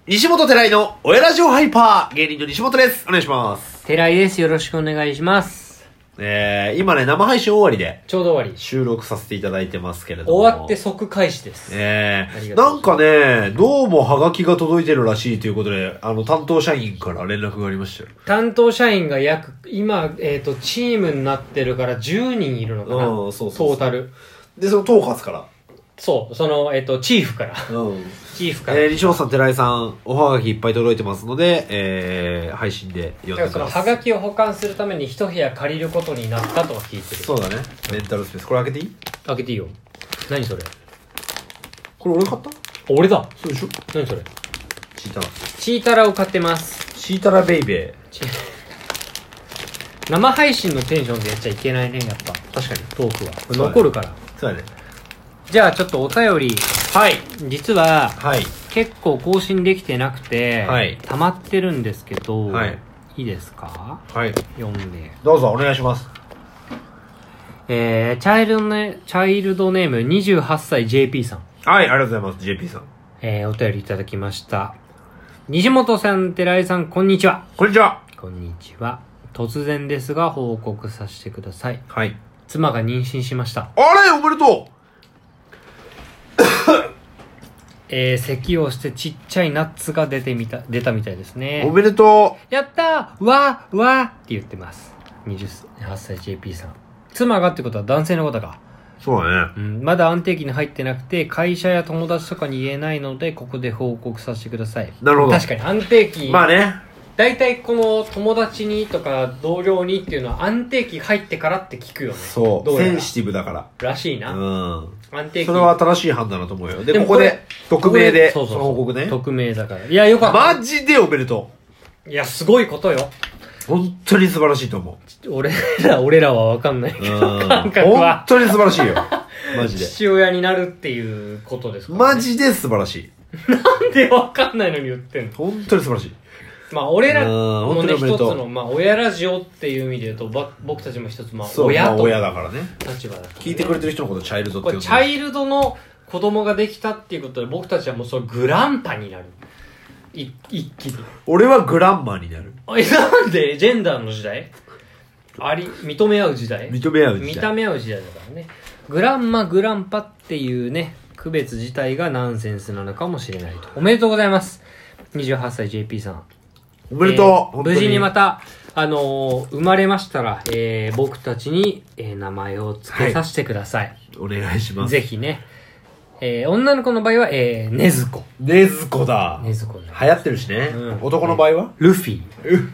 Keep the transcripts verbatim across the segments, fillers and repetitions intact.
西本寺井の親ラジオハイパー、芸人の西本です。お願いします。 寺井です。よろしくお願いします。 えー、今ね、生配信終わりで、 ちょうど終わり。 収録させていただいてますけれども。 終わって即開始です。 えー、なんかね、どうもハガキが届いてるらしいということで、あの、担当社員から連絡がありましたよ。 担当社員が約、今、えっと、チームになってるからじゅうにんいるのかな。うん、そうそうそう。トータル。 で、その統括から。 そう、その、えっと、チーフから。うん。チーフから。 えー、西本さん、寺井さん、おはがきいっぱい届いてますので、えー、配信で読んでください。 その、はがきを保管するために一部屋借りることになったとは聞いてる。 そうだね。レンタルスペース。これ開けていい？ 開けていいよ。何それ？ これ俺買った？ 俺だ。 そうでしょ？ 何それ？ チータラ。 チータラを買ってます。 チータラベイベー。 生配信のテンションでやっちゃいけないね、やっぱ。 確かに。 トークは。残るから。 そうだね。 じゃあちょっとお便り。 はい。 実は、 はい。 結構更新できてなくて、 はい。 溜まってるんですけど、 はい。 いいですか？ はい。 読んで。 どうぞ、お願いします。 えー、チャイルドネ、チャイルドネームにじゅうはっさい ジェーピー さん。 はい、ありがとうございます、ジェーピー さん。 えー、お便りいただきました。西本さん、寺井さん、こんにちは。 こんにちは。 こんにちは。突然ですが、報告させてください。 はい。 妻が妊娠しました。 あれおめでとうえー、咳をしてちっちゃいナッツが出てみた、出たみたいですね。 おめでとう。やったーわーわーって言ってます。にじゅうはっさい ジェーピー さん。妻がってことは男性の方か。 そうだね。 うん。まだ安定期に入ってなくて、会社や友達とかに言えないので、ここで報告させてください。 なるほど。 確かに安定期。 まあね。 大体この友達にとか同僚にっていうのは安定期入ってからって聞くよね。 そう。どうセンシティブだから。 らしいな。うん。安定期。 それは新しい判断だと思うよ。で、ここで、匿名で、そうそうそう、その報告ね。 匿名だから。いや、よかった。 マジでおめでとう。いや、すごいことよ。 本当に素晴らしいと思う。俺ら、俺らはわかんないけど、感覚は。 本当に素晴らしいよ。マジで。 父親になるっていうことですか、ね、 マジで素晴らしい。 なんでわかんないのに言ってんの？ 本当に素晴らしい。 まあ、俺らもね、一つの、まあ、親ラジオっていう意味で言うと、ば僕たちも一つ、まあ、親と、まあ、 親だからね。 立場だから、ね。 聞いてくれてる人のことチャイルドって呼んでる。チャイルドの子供ができたっていうことで、僕たちはもうそれグランパになる。い一気に。 俺はグランマになる。 え、なんでジェンダーの時代あり、認め合う時代認め合う時代。 認め合う時代だからね。グランマ、グランパっていうね、区別自体がナンセンスなのかもしれないと。おめでとうございます。にじゅうはっさい ジェーピー さん。 おめでとう、 えー、無事にまた、あのー、生まれましたら、えー、僕たちに、えー、名前を付けさせてください。 はい、お願いします。 ぜひね。えー、女の子の場合は、えー、ねずこ。 ねずこだ。 ねずこね。 流行ってるしね。うん、男の場合は、 えー、ルフィ。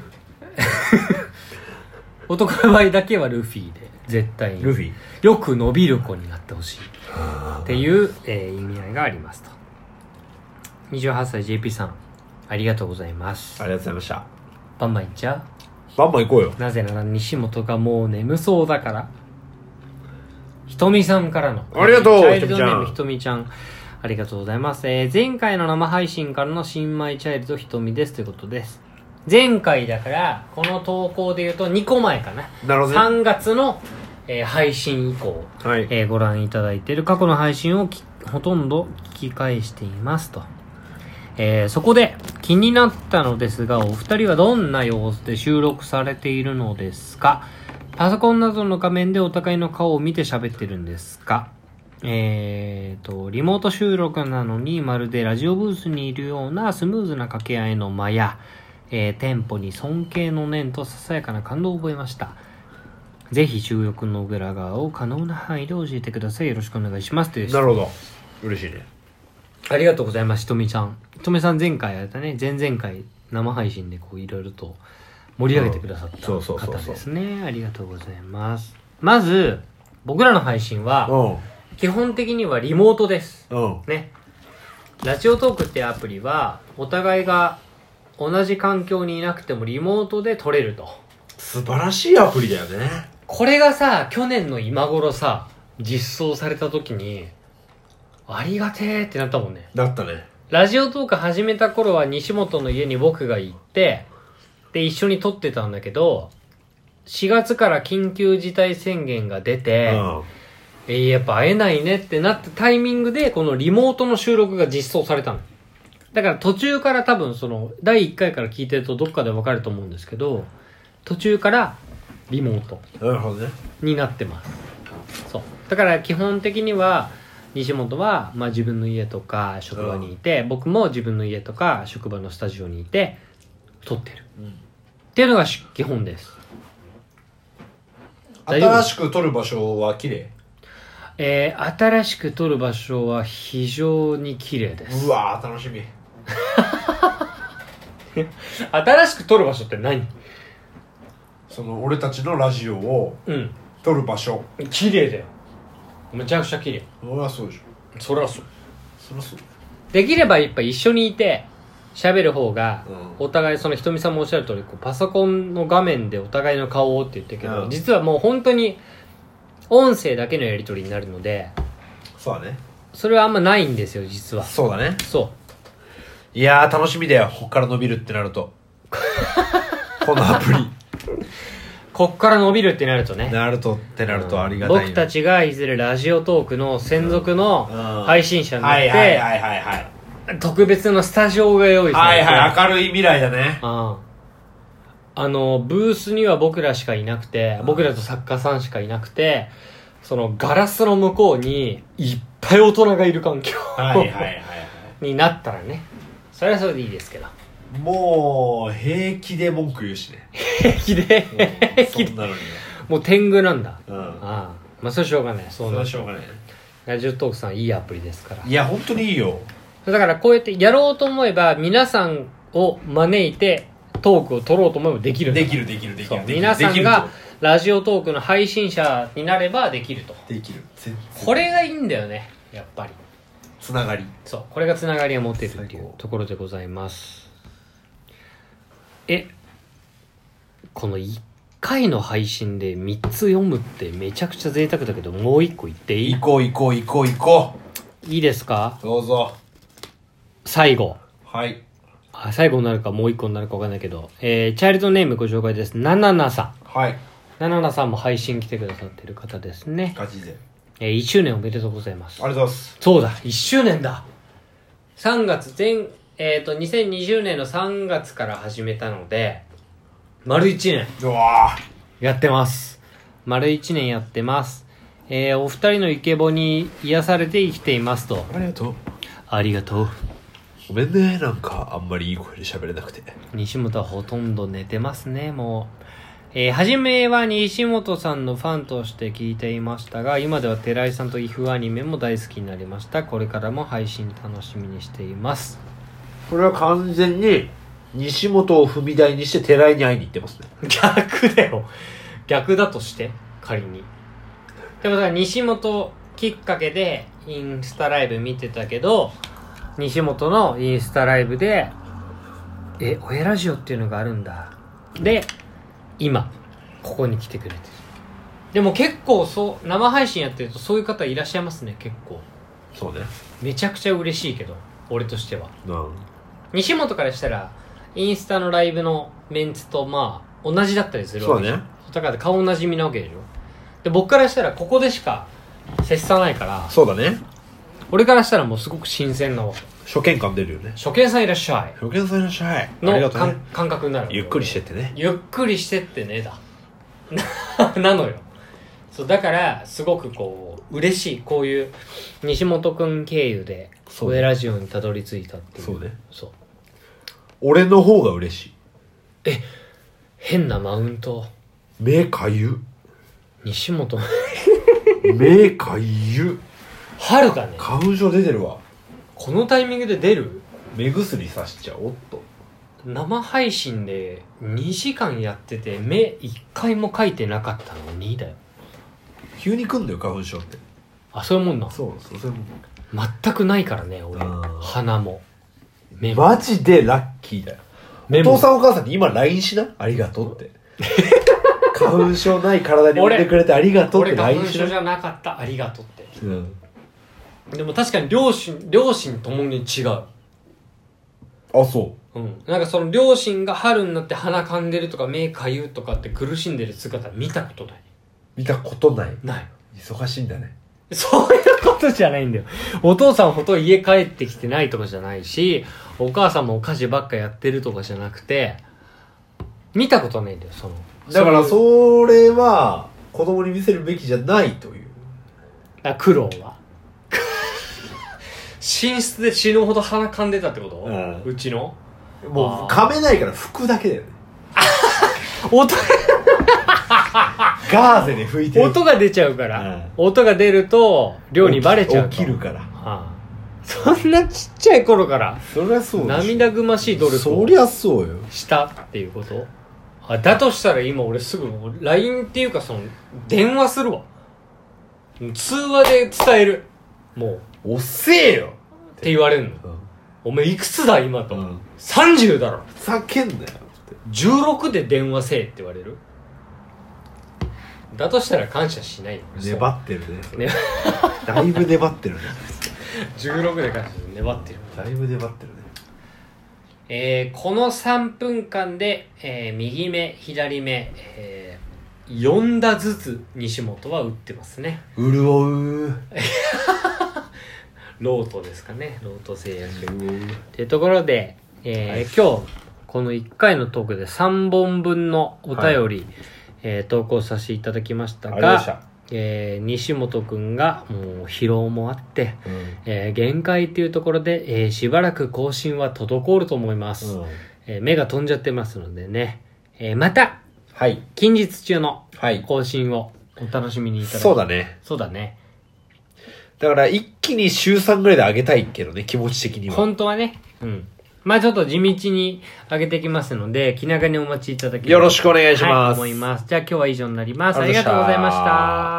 男の場合だけはルフィで、絶対に。 ルフィ。 よく伸びる子になってほしい。っていう、えー、意味合いがありますと。にじゅうはっさい ジェーピー さん。ありがとうございます。 ありがとうございました。 バンバンいっちゃう？ バンバン行こうよ。 なぜなら西本がもう眠そうだから。ひとみさんからの。 ありがとう、 チャイルドネームひとみちゃん。ありがとうございます。えー、前回の生配信からの新米チャイルドひとみですということです。前回だから、この投稿で言うとにこまえかな。 なるほどね。 さんがつの、えー、配信以降、はい、えー、ご覧いただいている過去の配信をほとんど聞き返していますと。えー、そこで気になったのですが、お二人はどんな様子で収録されているのですか？パソコンなどの画面でお互いの顔を見て喋ってるんですか？えーと、リモート収録なのにまるでラジオブースにいるようなスムーズな掛け合いの間や、えー、テンポに尊敬の念とささやかな感動を覚えました。ぜひ収録の裏側を可能な範囲で教えてください。よろしくお願いします。という。 なるほど。嬉しいね。 ありがとうございます、ひとみちゃん。ひとみさん前回やったね、前々回生配信でこういろいろと盛り上げてくださった方ですね。ありがとうございます。まず、僕らの配信は、基本的にはリモートです。ね。ラジオトークってアプリは、お互いが同じ環境にいなくてもリモートで撮れると。 素晴らしいアプリだよね。 これがさ、去年の今頃さ、実装された時に、ありがてーってなったもんね。 なったね。 ラジオトーク始めた頃は西本の家に僕が行って、で、一緒に撮ってたんだけど、しがつから緊急事態宣言が出て、うん、えー、やっぱ会えないねってなったタイミングで、このリモートの収録が実装されたの。 だから途中から多分その、だいいっかいから聞いてるとどっかでわかると思うんですけど、途中からリモート。 なるほどね。 になってます。そう。だから基本的には、西本は、まあ自分の家とか職場にいて、うん、僕も自分の家とか職場のスタジオにいて、撮ってる。うん、っていうのが基本です。 新しく撮る場所は綺麗？ えー、新しく撮る場所は非常に綺麗です。 うわー、楽しみ。 新しく撮る場所って何？ その俺たちのラジオを撮る場所、 うん、綺麗だよ。めちゃくちゃ綺麗。 そりゃそうでしょ。 そりゃそう。 そりゃそう。 できればやっぱ一緒にいて喋る方が、うん、お互いそのひとみさんもおっしゃる通りこうパソコンの画面でお互いの顔をって言ってるけど、うん、実はもう本当に音声だけのやり取りになるので、 そうだね。 それはあんまないんですよ実は。 そうだね。 そう。 いやー楽しみだよ。こっから伸びるってなると。このアプリ。 こっから伸びるってなるとね。 なるとってなるとありがたい、ね、 僕たちがいずれラジオトークの専属の配信者になって、 はいはいはいはい。 特別のスタジオが用意されて、 はいはい、明るい未来だね。 ああ、あのブースには僕らしかいなくて、僕らと作家さんしかいなくて、そのガラスの向こうにいっぱい大人がいる環境はいはいはい、はい、 になったらね、それはそれでいいですけど、 もう平気で文句言うしね。 平気で平気でそんなのにね、もう天狗なんだ。うん、ああ、まあそれしょうがない。 そうな、それはしょうがない。 ラジオトークさんいいアプリですから。 いや本当にいいよ。 だからこうやってやろうと思えば皆さんを招いてトークを取ろうと思えばできるんだ。 できるできるできる。 皆さんがラジオトークの配信者になればできると。 できる。 これがいいんだよね、やっぱり。 つながり。 そう、これがつながりを持っているっていうところでございます。え、このいっかいの配信でみっつ読むってめちゃくちゃ贅沢だけど、もういっこ言っていい？ 行こう行こう行こう行こう。いいですか？ どうぞ。 最後。 はい。 あ、最後になるかもう一個になるか分かんないけど、えー、チャイルドネームご紹介です。ナナナさん。 はい。 ナナナさんも配信来てくださってる方ですね。 ガチで。 えー、いっしゅうねんおめでとうございます。 ありがとうございます。 そうだ、いっしゅうねんだ。さんがつ、前、えっと、にせんにじゅうねんのさんがつから始めたので、丸いちねん。 うわー。やってます。丸いちねんやってます。えー、お二人のイケボに癒されて生きていますと。 ありがとう。 ありがとう。 ごめんね、なんかあんまりいい声で喋れなくて。 西本はほとんど寝てますね、もう。えー、初めは西本さんのファンとして聞いていましたが、今では寺井さんとイフアニメも大好きになりました。これからも配信楽しみにしています。 これは完全に西本を踏み台にして寺井に会いに行ってますね。 逆だよ。逆だとして仮に。でもだから西本きっかけでインスタライブ見てたけど、西本のインスタライブで、え、親ラジオっていうのがあるんだ。で、今、ここに来てくれてる。でも結構そう、生配信やってるとそういう方いらっしゃいますね、結構。 そうね。めちゃくちゃ嬉しいけど、俺としては。 うん。 西本からしたら、インスタのライブのメンツとまあ、同じだったりするわけじゃん。 そうね。 だから顔なじみなわけでしょ。で、僕からしたらここでしか接さないから。 そうだね。 俺からしたらもうすごく新鮮なわけ。 初見感出るよね。 初見さんいらっしゃい。 初見さんいらっしゃい。 のありがとうね。 感覚になる。 ゆっくりしてってね。 ゆっくりしてってねだ。なのよ。そう、だから、すごくこう、嬉しい。こういう、西本くん経由で、声ラジオにたどり着いたっていう。 そうね。 そう。 俺の方が嬉しい。 え、変なマウント。 目かゆ。 西本。 目かゆ。 春だね。 花粉症出てるわ。 このタイミングで出る？ 目薬さしちゃおっと。 生配信でにじかんやってて目いっかいも描いてなかったのにだよ。 急に来んだよ花粉症って。 あ、そういうもんな。 そうそう、そういうもん。 全くないからね俺。鼻も目もマジでラッキーだよ。お父さんお母さんに今 ライン しな。ありがとうって花粉症ない体に置いてくれてありがとうって ライン しな。 俺花粉症じゃなかった、ありがとうって。 うん。 でも確かに両親両親ともに違う。 あ、そう。 うん。なんかその両親が春になって鼻かんでるとか目かゆとかって苦しんでる姿見たことない。 見たことない。 ない。 忙しいんだね。 そういうこことじゃないんだよ。お父さんほとんど家帰ってきてないとかじゃないし、お母さんもお家事ばっかやってるとかじゃなくて、見たことないんだよ、その。 だからそれは、子供に見せるべきじゃないという。 あ、苦労は。寝室で死ぬほど鼻噛んでたってこと、うん、うちのもう噛めないから拭くだけだよね。 音ガーゼで拭いてる。 音が出ちゃうから、うん、音が出ると寮にバレちゃうと。 起きるから、はあ、そんなちっちゃい頃からそりゃそうでしょ。 涙ぐましい努力をそりゃそうよしたっていうこと。あ、だとしたら今俺すぐ ライン っていうかその電話するわ。通話で伝える。もう遅えよって言われるの、うん、お前いくつだ今と、うん、さんじゅうだろふざけんなよって。 じゅうろくで電話せえって言われる。だとしたら感謝しないよ。 粘ってるね。ねだいぶ粘ってるね。 じゅうろくで感謝する。粘ってる。 だいぶ粘ってるね。 えー、このさんぷんかんで、えー、右目左目、えー、よん打ずつ西本は打ってますね。 潤うロートですかね。ロート製薬っていうところで、えーはい、今日このいっかいのトークでさんぼんぶんのお便り、はい、えー、投稿させていただきましたが、えー、西本くんがもう疲労もあって、うん、えー、限界っていうところで、えー、しばらく更新は滞ると思います、うん、えー、目が飛んじゃってますのでね、えー、また、はい、近日中の更新をお楽しみにいただき、はい、 そうだね。 そうだね。 だから一気に週さんぐらいで上げたいけどね、気持ち的には。 本当はね。うん。まあちょっと地道に上げていきますので、気長にお待ちいただければよろしくお願いします。 はい、思います。じゃあ今日は以上になります。ありがとうございました。